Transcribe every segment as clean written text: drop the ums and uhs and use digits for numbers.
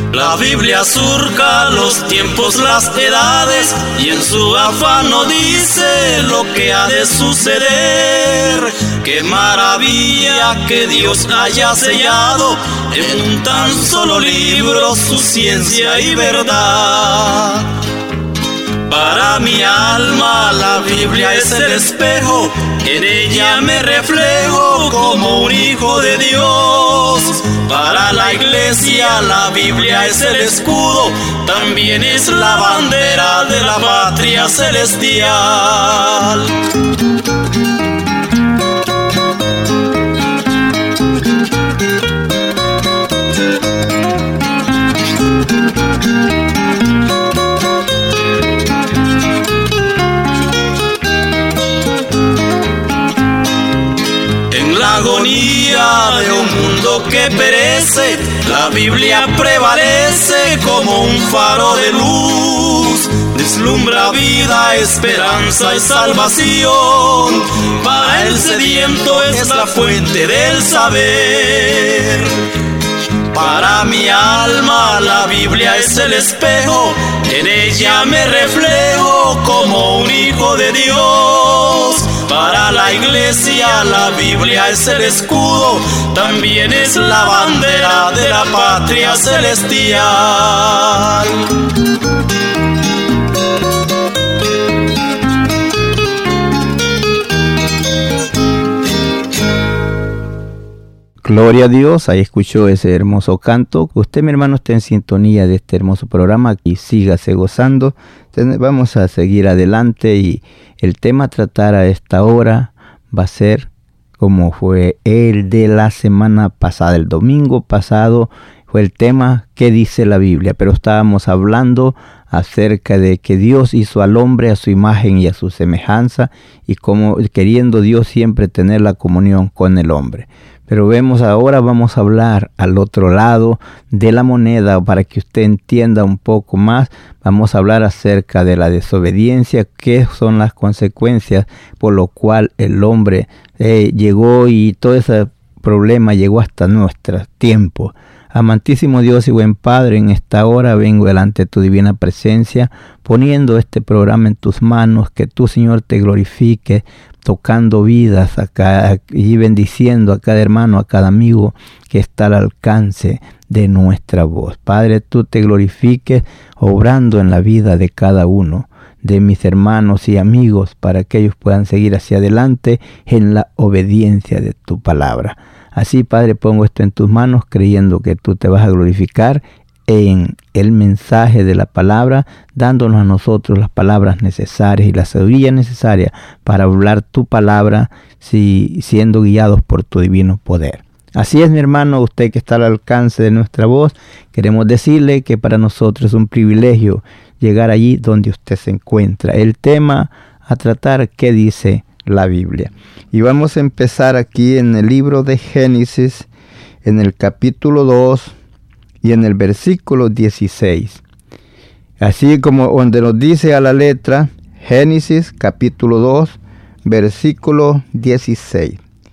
La Biblia surca los tiempos, las edades, y en su afán no dice lo que ha de suceder. Qué maravilla que Dios haya sellado en un tan solo libro su ciencia y verdad. Para mi alma la Biblia es el espejo, en ella me reflejo como un hijo de Dios. Para la iglesia la Biblia es el escudo, también es la bandera de la patria celestial. Agonía de un mundo que perece, la Biblia prevalece como un faro de luz. Deslumbra vida, esperanza y salvación. Para el sediento es la fuente del saber. Para mi alma la Biblia es el espejo, en ella me reflejo como un hijo de Dios. Para la iglesia la Biblia es el escudo, también es la bandera de la patria celestial. Gloria a Dios, ahí escuchó ese hermoso canto. Usted, mi hermano, está en sintonía de este hermoso programa y sígase gozando. Vamos a seguir adelante y el tema a tratar a esta hora va a ser como fue el de la semana pasada. El domingo pasado fue el tema ¿qué dice la Biblia? Pero estábamos hablando acerca de que Dios hizo al hombre a su imagen y a su semejanza y como queriendo Dios siempre tener la comunión con el hombre. Pero ahora vamos a hablar al otro lado de la moneda para que usted entienda un poco más. Vamos a hablar acerca de la desobediencia, qué son las consecuencias por lo cual el hombre llegó y todo ese problema llegó hasta nuestro tiempo. Amantísimo Dios y buen Padre, en esta hora vengo delante de tu divina presencia, poniendo este programa en tus manos, que tú, Señor, te glorifique, tocando vidas acá y bendiciendo a cada hermano, a cada amigo que está al alcance de nuestra voz. Padre, tú te glorifiques obrando en la vida de cada uno de mis hermanos y amigos para que ellos puedan seguir hacia adelante en la obediencia de tu palabra. Así, Padre, pongo esto en tus manos creyendo que tú te vas a glorificar en el mensaje de la palabra, dándonos a nosotros las palabras necesarias y la sabiduría necesaria para hablar tu palabra, siendo guiados por tu divino poder. Así es, mi hermano, usted que está al alcance de nuestra voz, queremos decirle que para nosotros es un privilegio llegar allí donde usted se encuentra. El tema a tratar, ¿qué dice la Biblia? Y vamos a empezar aquí en el libro de Génesis, en el capítulo 2 y en el versículo 16. Así como donde nos dice a la letra, Génesis capítulo 2, versículo 16.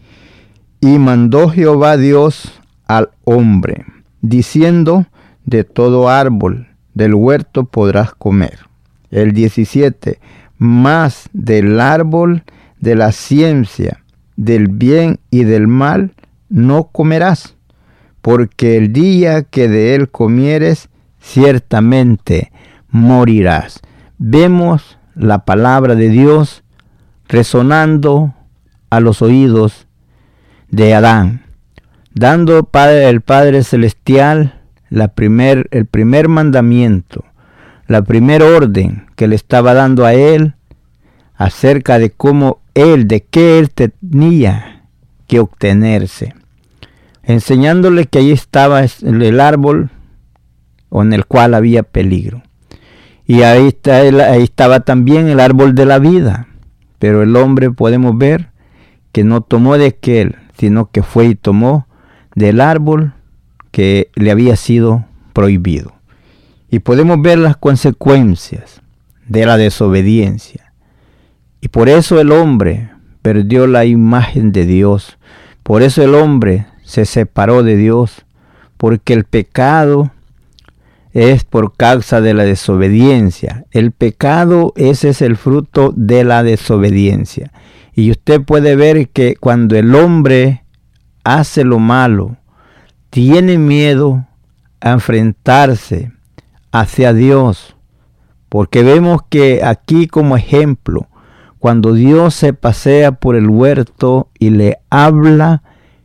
Y mandó Jehová Dios al hombre, diciendo, de todo árbol del huerto podrás comer. El 17. Mas del árbol de la ciencia, del bien y del mal, no comerás, porque el día que de él comieres, ciertamente morirás. Vemos la palabra de Dios resonando a los oídos de Adán, dando el Padre Celestial el primer mandamiento, la primera orden que le estaba dando a él acerca de qué él tenía que obtenerse, enseñándole que allí estaba el árbol en el cual había peligro. Y ahí estaba también el árbol de la vida. Pero el hombre podemos ver que no tomó de aquel, sino que fue y tomó del árbol que le había sido prohibido. Y podemos ver las consecuencias de la desobediencia. Y por eso el hombre perdió la imagen de Dios. Por eso el hombre se separó de Dios. Porque el pecado es por causa de la desobediencia. El pecado, ese es el fruto de la desobediencia. Y usted puede ver que cuando el hombre hace lo malo, tiene miedo a enfrentarse hacia Dios. Porque vemos que aquí como ejemplo, cuando Dios se pasea por el huerto y le habla,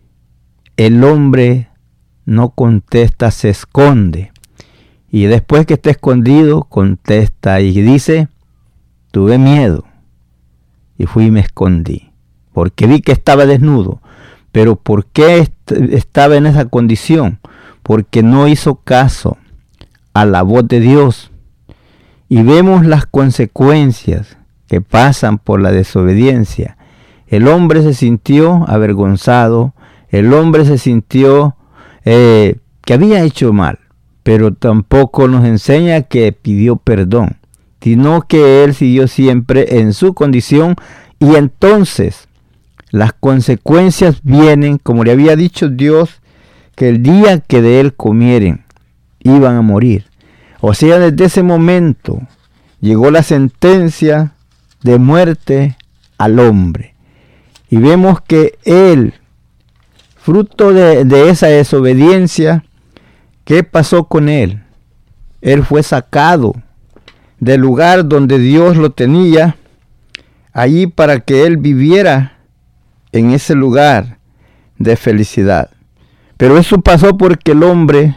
el hombre no contesta, se esconde. Y después que está escondido, contesta y dice, tuve miedo y fui y me escondí, porque vi que estaba desnudo. Pero ¿por qué estaba en esa condición? Porque no hizo caso a la voz de Dios. Y vemos las consecuencias que pasan por la desobediencia. El hombre se sintió avergonzado, el hombre se sintió que había hecho mal, pero tampoco nos enseña que pidió perdón, sino que él siguió siempre en su condición, y entonces las consecuencias vienen, como le había dicho Dios, que el día que de él comieren, iban a morir. O sea, desde ese momento llegó la sentencia de muerte al hombre. Y vemos que él, fruto de esa desobediencia, ¿qué pasó con él? Él fue sacado del lugar donde Dios lo tenía, allí para que él viviera en ese lugar de felicidad. Pero eso pasó porque el hombre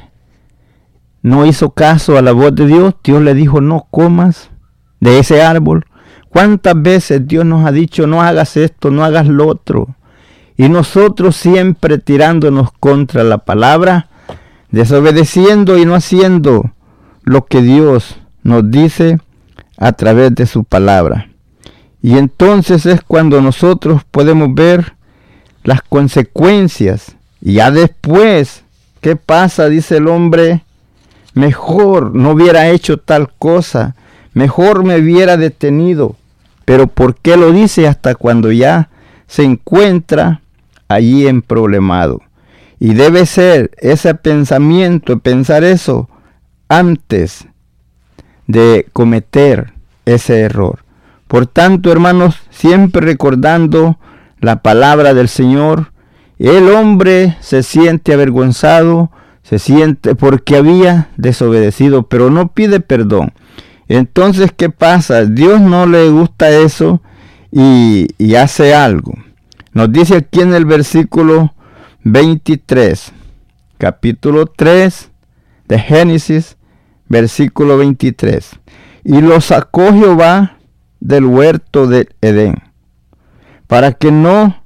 no hizo caso a la voz de Dios. Dios le dijo, no comas de ese árbol. ¿Cuántas veces Dios nos ha dicho, no hagas esto, no hagas lo otro? Y nosotros siempre tirándonos contra la palabra, desobedeciendo y no haciendo lo que Dios nos dice a través de su palabra. Y entonces es cuando nosotros podemos ver las consecuencias. Y ya después, ¿qué pasa? Dice el hombre, mejor no hubiera hecho tal cosa, mejor me hubiera detenido. Pero ¿por qué lo dice? Hasta cuando ya se encuentra allí emproblemado. Y debe ser ese pensamiento, pensar eso antes de cometer ese error. Por tanto, hermanos, siempre recordando la palabra del Señor, el hombre se siente avergonzado, se siente porque había desobedecido, pero no pide perdón. Entonces, ¿qué pasa? Dios no le gusta eso y hace algo. Nos dice aquí en el versículo 23, capítulo 3 de Génesis, versículo 23. Y lo sacó Jehová del huerto de Edén, para que no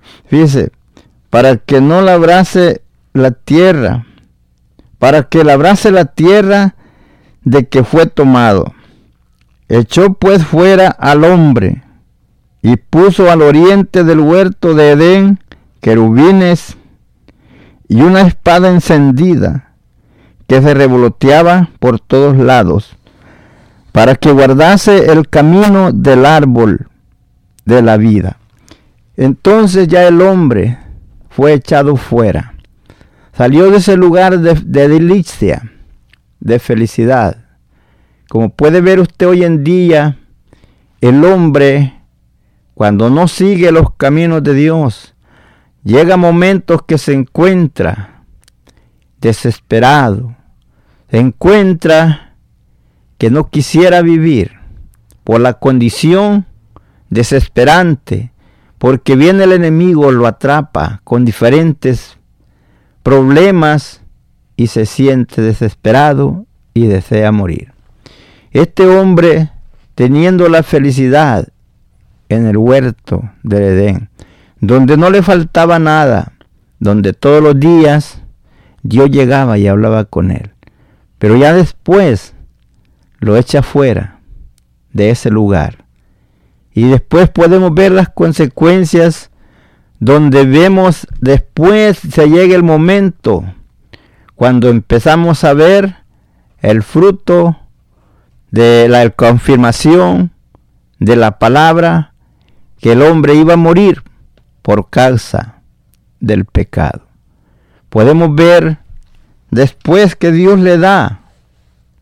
labrase la tierra, para que labrase la tierra de que fue tomado. Echó pues fuera al hombre, y puso al oriente del huerto de Edén querubines y una espada encendida que se revoloteaba por todos lados, para que guardase el camino del árbol de la vida. Entonces ya el hombre fue echado fuera, salió de ese lugar de delicia, de felicidad. Como puede ver usted hoy en día, el hombre, cuando no sigue los caminos de Dios, llega momentos que se encuentra desesperado, se encuentra que no quisiera vivir por la condición desesperante, porque viene el enemigo, lo atrapa con diferentes problemas y se siente desesperado y desea morir. Este hombre, teniendo la felicidad en el huerto del Edén, donde no le faltaba nada, donde todos los días Dios llegaba y hablaba con él, pero ya después lo echa fuera de ese lugar. Y después podemos ver las consecuencias, donde vemos después se llega el momento cuando empezamos a ver el fruto de la confirmación de la palabra, que el hombre iba a morir por causa del pecado. Podemos ver después que Dios le da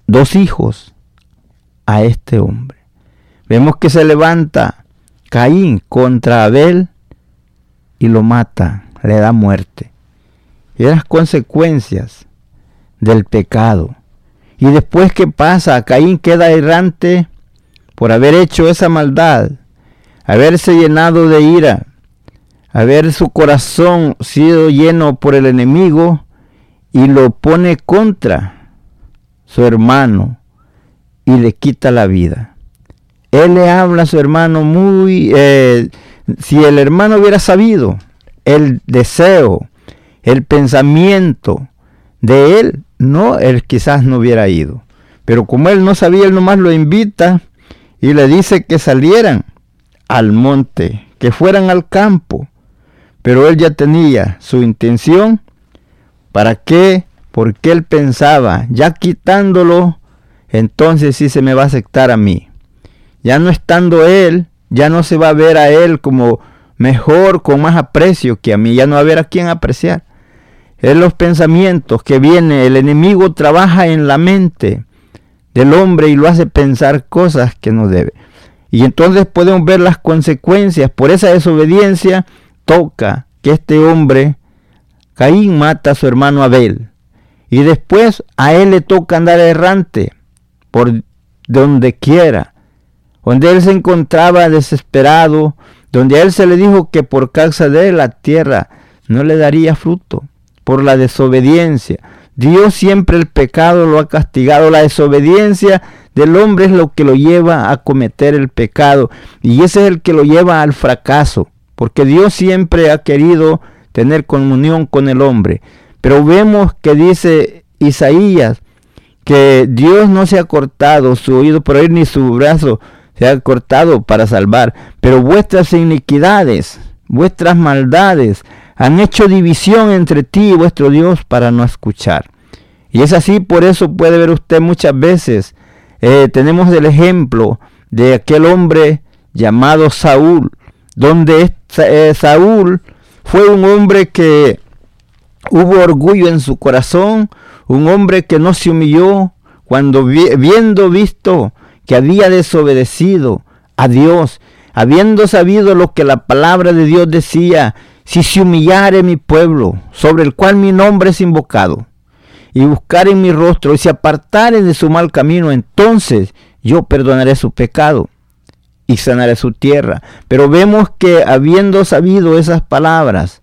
2 hijos a este hombre. Vemos que se levanta Caín contra Abel y lo mata, le da muerte. Y las consecuencias del pecado. Y después, ¿qué pasa? Caín queda errante por haber hecho esa maldad, haberse llenado de ira, haber su corazón sido lleno por el enemigo y lo pone contra su hermano y le quita la vida. Él le habla a su hermano si el hermano hubiera sabido el deseo, el pensamiento de él, él quizás no hubiera ido. Pero como él no sabía, él nomás lo invita y le dice que salieran al monte, que fueran al campo. Pero él ya tenía su intención. ¿Para qué? Porque él pensaba, ya quitándolo, entonces sí se me va a aceptar a mí. Ya no estando él, ya no se va a ver a él como mejor, con más aprecio que a mí. Ya no va a haber a quien apreciar. En los pensamientos que viene, el enemigo trabaja en la mente del hombre y lo hace pensar cosas que no debe. Y entonces podemos ver las consecuencias. Por esa desobediencia toca que este hombre, Caín, mata a su hermano Abel. Y después a él le toca andar errante por donde quiera, donde él se encontraba desesperado, donde a él se le dijo que por causa de él la tierra no le daría fruto, por la desobediencia. Dios siempre el pecado lo ha castigado. La desobediencia del hombre es lo que lo lleva a cometer el pecado, y ese es el que lo lleva al fracaso, porque Dios siempre ha querido tener comunión con el hombre. Pero vemos que dice Isaías que Dios no se ha cortado su oído por oír, ni su brazo se ha cortado para salvar, pero vuestras iniquidades, vuestras maldades han hecho división entre ti y vuestro Dios para no escuchar. Y es así. Por eso puede ver usted muchas veces, tenemos el ejemplo de aquel hombre llamado Saúl, donde Saúl fue un hombre que hubo orgullo en su corazón, un hombre que no se humilló cuando visto que había desobedecido a Dios, habiendo sabido lo que la palabra de Dios decía: si se humillare mi pueblo, sobre el cual mi nombre es invocado, y buscare mi rostro, y se apartare de su mal camino, entonces yo perdonaré su pecado y sanaré su tierra. Pero vemos que habiendo sabido esas palabras,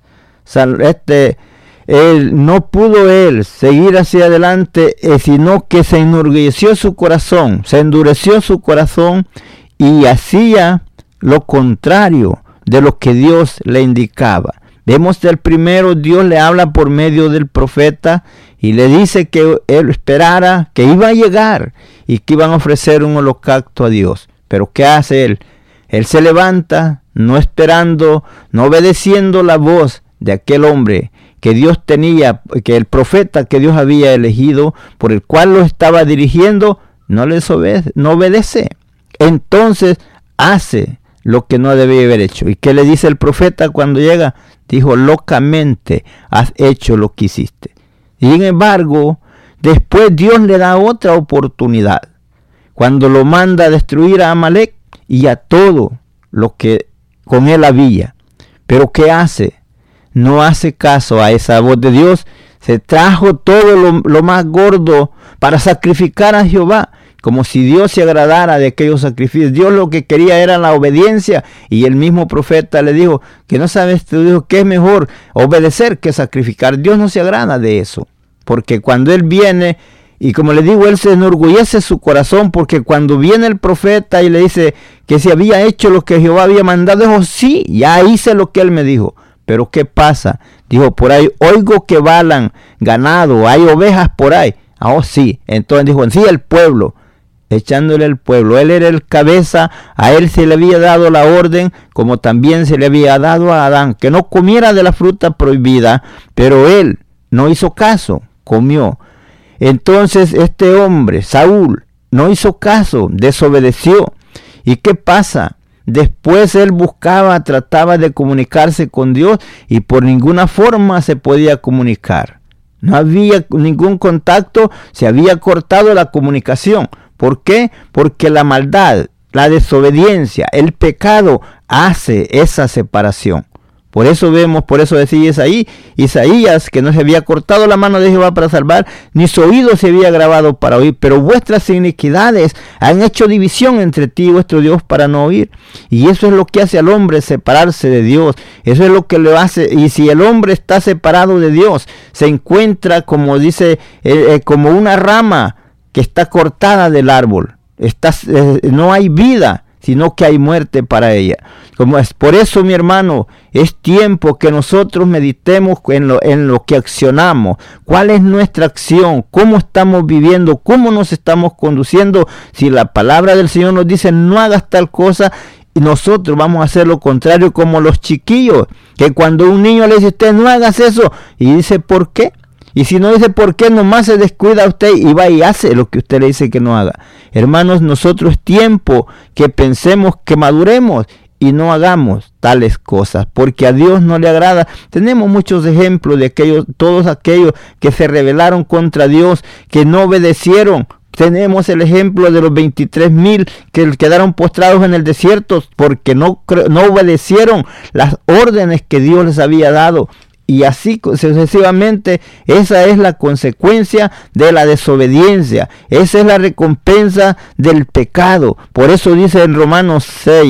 no pudo seguir hacia adelante, sino que se enorgulleció su corazón, se endureció su corazón y hacía lo contrario de lo que Dios le indicaba. Vemos del primero, Dios le habla por medio del profeta y le dice que él esperara, que iba a llegar y que iban a ofrecer un holocausto a Dios. Pero ¿qué hace él? Él se levanta, no esperando, no obedeciendo la voz de aquel hombre que Dios tenía, que el profeta que Dios había elegido, por el cual lo estaba dirigiendo, no obedece. Entonces hace lo que no debía haber hecho. ¿Y qué le dice el profeta cuando llega? Dijo: locamente has hecho lo que hiciste. Sin embargo, después Dios le da otra oportunidad, cuando lo manda a destruir a Amalek y a todo lo que con él había. Pero ¿qué hace? No hace caso a esa voz de Dios. Se trajo todo lo más gordo para sacrificar a Jehová, como si Dios se agradara de aquellos sacrificios. Dios lo que quería era la obediencia, y el mismo profeta le dijo que no sabes, tú dijo que es mejor obedecer que sacrificar. Dios no se agrada de eso, porque cuando él viene, y como le digo, él se enorgullece su corazón, porque cuando viene el profeta y le dice que se había hecho lo que Jehová había mandado, dijo: sí, ya hice lo que él me dijo. Pero ¿qué pasa? Dijo: por ahí oigo que balan ganado, hay ovejas por ahí. Oh, sí. Entonces dijo: sí, el pueblo, echándole al pueblo. Él era el cabeza, a él se le había dado la orden, como también se le había dado a Adán, que no comiera de la fruta prohibida, pero él no hizo caso, comió. Entonces este hombre, Saúl, no hizo caso, desobedeció. ¿Y qué pasa? Después él trataba de comunicarse con Dios y por ninguna forma se podía comunicar. No había ningún contacto, se había cortado la comunicación. ¿Por qué? Porque la maldad, la desobediencia, el pecado hace esa separación. Por eso decía Isaías, que no se había cortado la mano de Jehová para salvar, ni su oído se había grabado para oír, pero vuestras iniquidades han hecho división entre ti y vuestro Dios para no oír. Y eso es lo que hace al hombre, separarse de Dios. Eso es lo que le hace. Y si el hombre está separado de Dios, se encuentra, como dice, como una rama que está cortada del árbol. No hay vida, sino que hay muerte para ella. Por eso, mi hermano, es tiempo que nosotros meditemos en lo que accionamos. ¿Cuál es nuestra acción? ¿Cómo estamos viviendo? ¿Cómo nos estamos conduciendo? Si la palabra del Señor nos dice no hagas tal cosa, y nosotros vamos a hacer lo contrario, como los chiquillos, que cuando un niño le dice usted no hagas eso, y dice ¿por qué? Y si no dice por qué, nomás se descuida usted y va y hace lo que usted le dice que no haga. Hermanos, nosotros es tiempo que pensemos, que maduremos y no hagamos tales cosas, porque a Dios no le agrada. Tenemos muchos ejemplos de todos aquellos que se rebelaron contra Dios, que no obedecieron. Tenemos el ejemplo de los 23,000 que quedaron postrados en el desierto porque no obedecieron las órdenes que Dios les había dado. Y así sucesivamente. Esa es la consecuencia de la desobediencia. Esa es la recompensa del pecado. Por eso dice en Romanos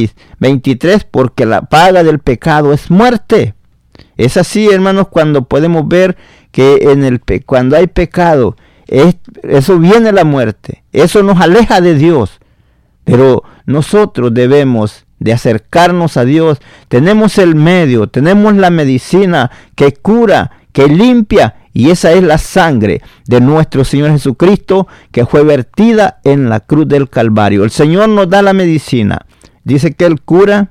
6:23, porque la paga del pecado es muerte. Es así, hermanos, cuando podemos ver que cuando hay pecado, eso viene la muerte. Eso nos aleja de Dios. Pero nosotros debemos de acercarnos a Dios. Tenemos el medio, tenemos la medicina que cura, que limpia, y esa es la sangre de nuestro Señor Jesucristo, que fue vertida en la cruz del Calvario. El Señor nos da la medicina. Dice que Él cura,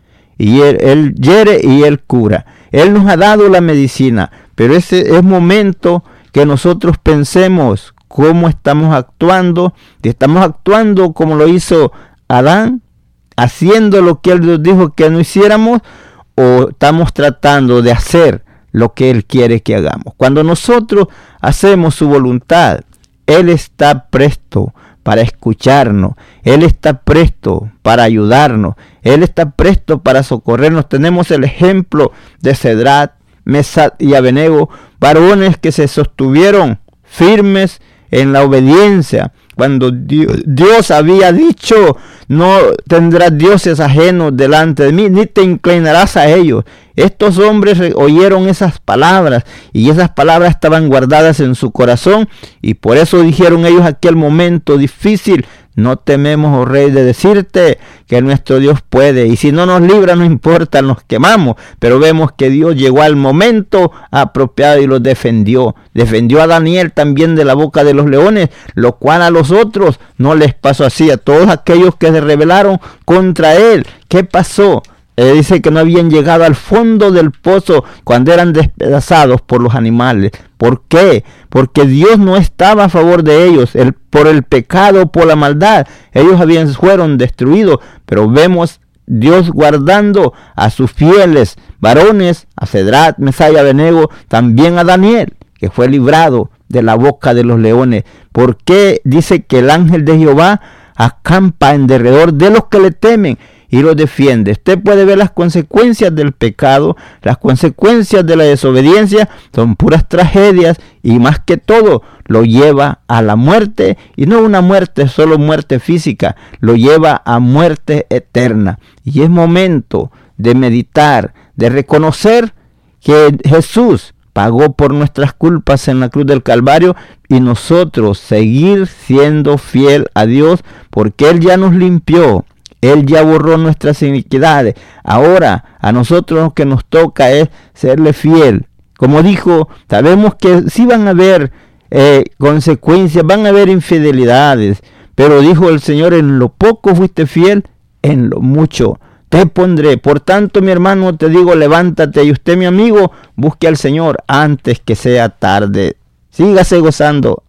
y Él hiere y Él cura. Él nos ha dado la medicina, pero ese es momento que nosotros pensemos cómo estamos actuando. ¿Estamos actuando como lo hizo Adán, haciendo lo que Él nos dijo que no hiciéramos, o estamos tratando de hacer lo que Él quiere que hagamos? Cuando nosotros hacemos su voluntad, Él está presto para escucharnos, Él está presto para ayudarnos, Él está presto para socorrernos. Tenemos el ejemplo de Cedrac, Mesac y Abednego, varones que se sostuvieron firmes en la obediencia. Cuando Dios había dicho, no tendrás dioses ajenos delante de mí, ni te inclinarás a ellos. Estos hombres oyeron esas palabras, y esas palabras estaban guardadas en su corazón, y por eso dijeron ellos aquel momento difícil: no tememos, oh rey, de decirte que nuestro Dios puede, y si no nos libra no importa, nos quemamos. Pero vemos que Dios llegó al momento apropiado y los defendió. Defendió a Daniel también de la boca de los leones, lo cual a los otros no les pasó así. A todos aquellos que se rebelaron contra él, ¿qué pasó? Dice que no habían llegado al fondo del pozo cuando eran despedazados por los animales. ¿Por qué? Porque Dios no estaba a favor de ellos. Por el pecado, por la maldad, ellos fueron destruidos. Pero vemos Dios guardando a sus fieles varones, a Cedrac, Mesac y Abednego, también a Daniel, que fue librado de la boca de los leones. ¿Por qué? Dice que el ángel de Jehová acampa en derredor de los que le temen y los defiende. Usted puede ver las consecuencias del pecado, las consecuencias de la desobediencia, son puras tragedias, y más que todo lo lleva a la muerte, y no una muerte, solo muerte física, lo lleva a muerte eterna. Y es momento de meditar, de reconocer que Jesús pagó por nuestras culpas en la cruz del Calvario, y nosotros seguir siendo fiel a Dios, porque Él ya nos limpió. Él ya borró nuestras iniquidades. Ahora a nosotros lo que nos toca es serle fiel. Como dijo, sabemos que sí van a haber consecuencias, van a haber infidelidades, pero dijo el Señor: en lo poco fuiste fiel, en lo mucho te pondré. Por tanto, mi hermano, te digo, levántate, y usted, mi amigo, busque al Señor antes que sea tarde. Sígase gozando.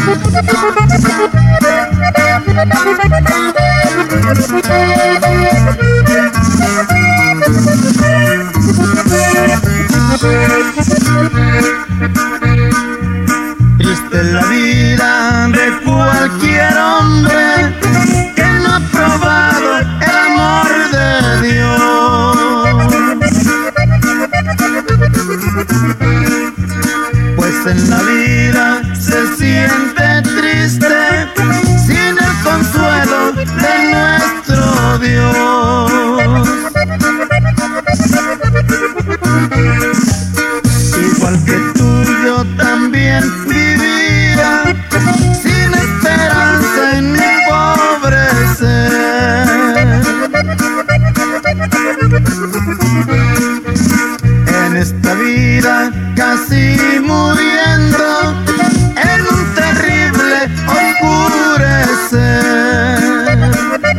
Triste la vida de cualquier hombre que no ha probado el amor de Dios. Pues en la vida se siente triste sin el consuelo de nuestro Dios. Igual que tú, yo también vivía sin esperanza en mi pobre ser. En esta vida casi muriendo en un terrible oscurecer.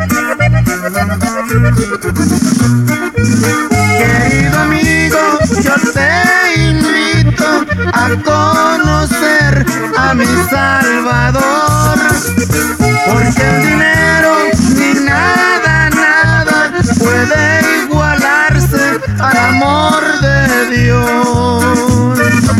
Querido amigo, yo te invito a conocer a mi Salvador, porque el dinero ni nada, nada puede igualarse al amor de Dios.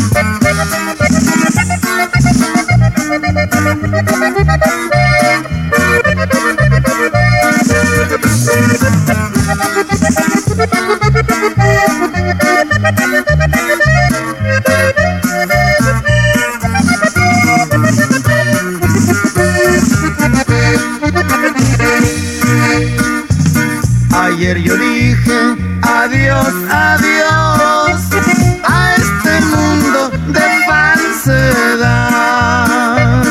Ayer yo dije adiós, adiós a este mundo de falsedad.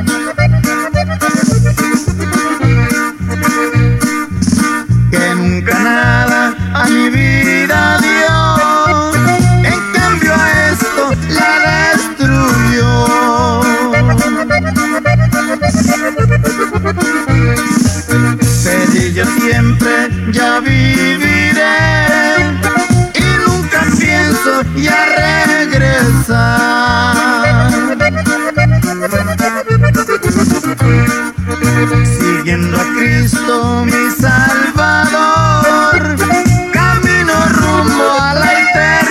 Que nunca nada a mi vida dio, en cambio a esto la destruyó. Pedí yo siempre, ya viviré, y nunca pienso ya regresar. Siguiendo a Cristo mi Salvador, camino rumbo a la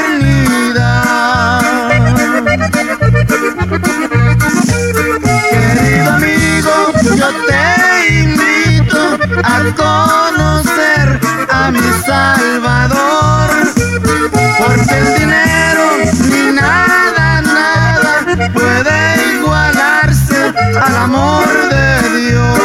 eternidad. Querido amigo, yo te invito a conocer a mi Salvador, porque el dinero ni nada, nada puede igualarse al amor de Dios.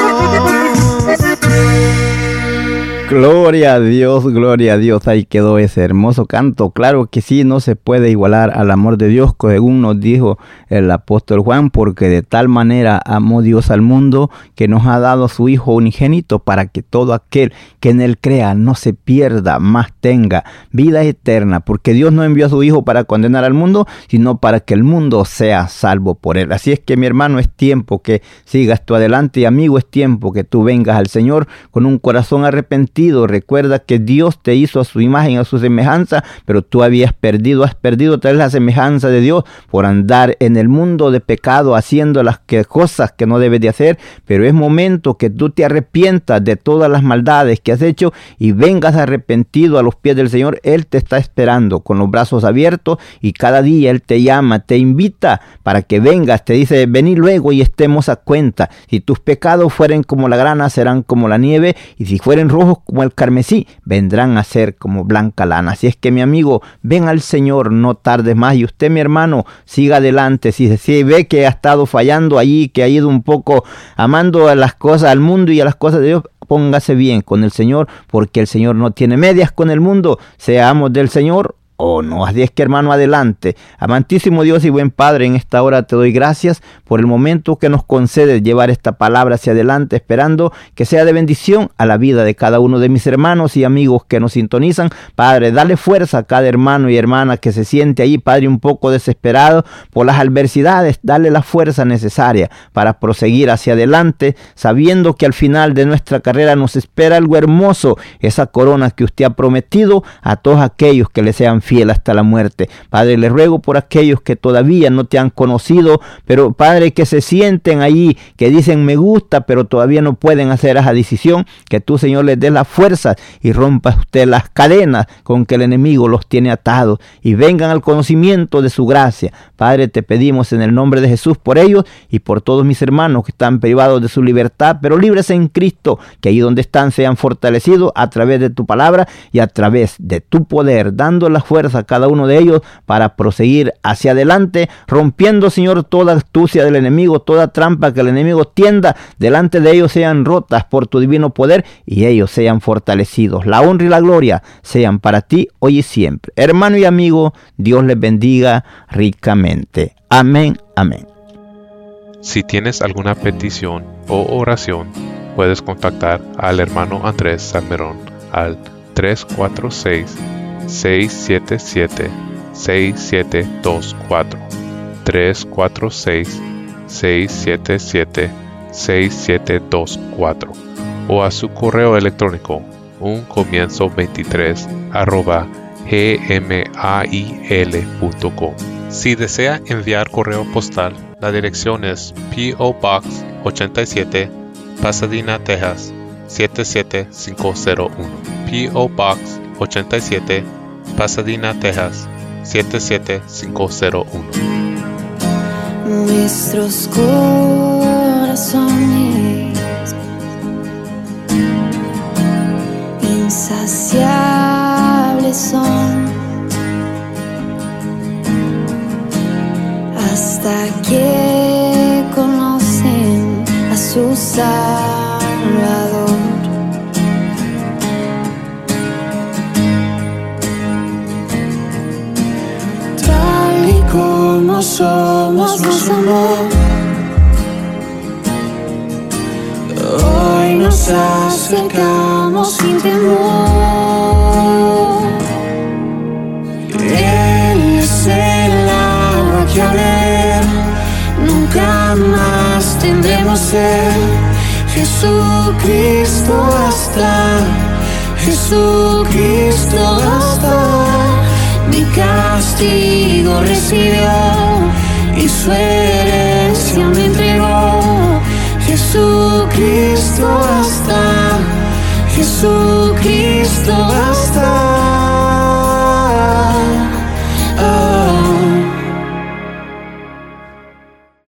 Gloria a Dios, gloria a Dios. Ahí quedó ese hermoso canto. Claro que sí, no se puede igualar al amor de Dios, según nos dijo el apóstol Juan, porque de tal manera amó Dios al mundo que nos ha dado a su Hijo unigénito, para que todo aquel que en él crea no se pierda, mas tenga vida eterna. Porque Dios no envió a su Hijo para condenar al mundo, sino para que el mundo sea salvo por él. Así es que, mi hermano, es tiempo que sigas tú adelante, y amigo, es tiempo que tú vengas al Señor con un corazón arrepentido. Recuerda que Dios te hizo a su imagen, a su semejanza, pero tú has perdido otra vez la semejanza de Dios por andar en el mundo de pecado, haciendo las cosas que no debes de hacer. Pero es momento que tú te arrepientas de todas las maldades que has hecho y vengas arrepentido a los pies del Señor. Él te está esperando con los brazos abiertos, y cada día Él te llama, te invita para que vengas, te dice: vení luego y estemos a cuenta. Si tus pecados fueren como la grana, serán como la nieve, y si fueren rojos como el carmesí, vendrán a ser como blanca lana. Así es que, mi amigo, ven al Señor, no tardes más. Y usted, mi hermano, siga adelante. Si ve que ha estado fallando allí, que ha ido un poco amando a las cosas, al mundo y a las cosas de Dios, póngase bien con el Señor, porque el Señor no tiene medias con el mundo. Seamos del Señor o no. Así es que, hermano, adelante. Amantísimo Dios y buen Padre, en esta hora te doy gracias por el momento que nos concedes llevar esta palabra hacia adelante, esperando que sea de bendición a la vida de cada uno de mis hermanos y amigos que nos sintonizan. Padre, dale fuerza a cada hermano y hermana que se siente ahí, Padre, un poco desesperado por las adversidades. Dale la fuerza necesaria para proseguir hacia adelante, sabiendo que al final de nuestra carrera nos espera algo hermoso, esa corona que usted ha prometido a todos aquellos que le sean fieles fiel hasta la muerte. Padre, le ruego por aquellos que todavía no te han conocido, pero Padre, que se sienten allí, que dicen me gusta, pero todavía no pueden hacer esa decisión, que tú, Señor, les des la fuerza y rompa usted las cadenas con que el enemigo los tiene atados y vengan al conocimiento de su gracia. Padre, te pedimos en el nombre de Jesús por ellos y por todos mis hermanos que están privados de su libertad, pero libres en Cristo, que ahí donde están sean fortalecidos a través de tu palabra y a través de tu poder, dando la fuerza a cada uno de ellos para proseguir hacia adelante, rompiendo, Señor, toda astucia del enemigo, toda trampa que el enemigo tienda delante de ellos sean rotas por tu divino poder y ellos sean fortalecidos. La honra y la gloria sean para ti hoy y siempre. Hermano y amigo, Dios les bendiga ricamente. Amén, amén. Si tienes alguna petición o oración, puedes contactar al hermano Andrés Salmerón al 346-677-6724, 346-677-6724, o a su correo electrónico uncomienzo23@gmail.com. Si desea enviar correo postal, la dirección es P.O. Box 87, Pasadena, Texas 77501. P.O. Box 87, Pasadena, Texas 77501. Nuestros corazones insaciables son hasta que conocen a su Salvador. Tal y como somos, nos amó. Hoy nos acercamos sin temor. Él es el agua que al beber nunca más tendremos sed. Jesucristo basta, Jesucristo basta. Mi castigo recibió y su herencia me entregó. Jesucristo basta, Jesucristo basta.